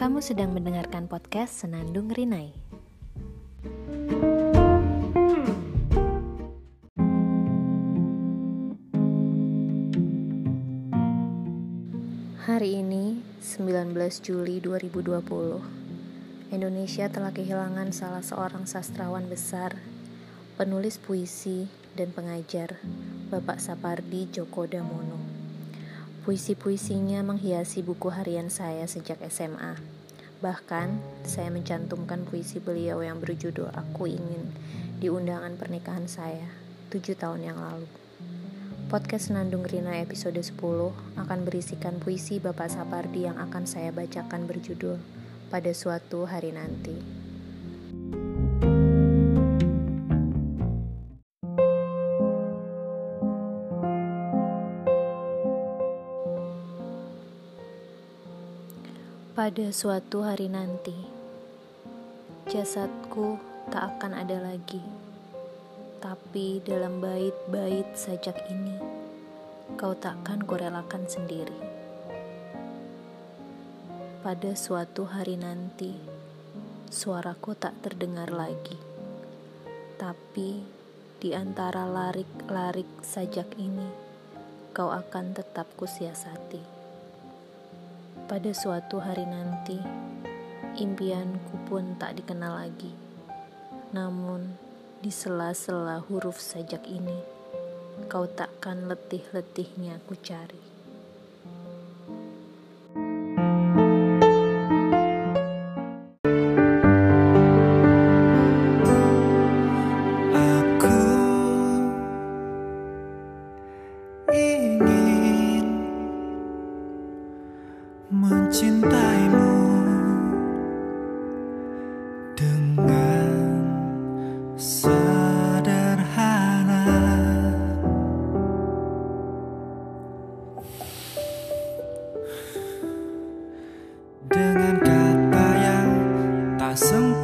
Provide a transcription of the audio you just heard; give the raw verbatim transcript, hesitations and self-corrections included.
Kamu sedang mendengarkan podcast Senandung Rinai. Hari ini, sembilan belas Juli dua ribu dua puluh, Indonesia telah kehilangan salah seorang sastrawan besar, penulis puisi dan pengajar, Bapak Sapardi Djoko Damono. Puisi-puisinya menghiasi buku harian saya sejak S M A. Bahkan, saya mencantumkan puisi beliau yang berjudul Aku Ingin di undangan pernikahan saya tujuh tahun yang lalu. Podcast Senandung Rina episode sepuluh akan berisikan puisi Bapak Sapardi yang akan saya bacakan berjudul Pada Suatu Hari Nanti. Pada suatu hari nanti, jasadku tak akan ada lagi, tapi dalam bait-bait sajak ini, kau takkan kurelakan sendiri. Pada suatu hari nanti, suaraku tak terdengar lagi, tapi di antara larik-larik sajak ini, kau akan tetap kusiasati. Pada suatu hari nanti, impianku pun tak dikenal lagi. Namun, di sela-sela huruf sajak ini, kau takkan letih-letihnya ku cari. Aku ingin mencintaimu dengan sederhana, dengan kata yang tak sempurna.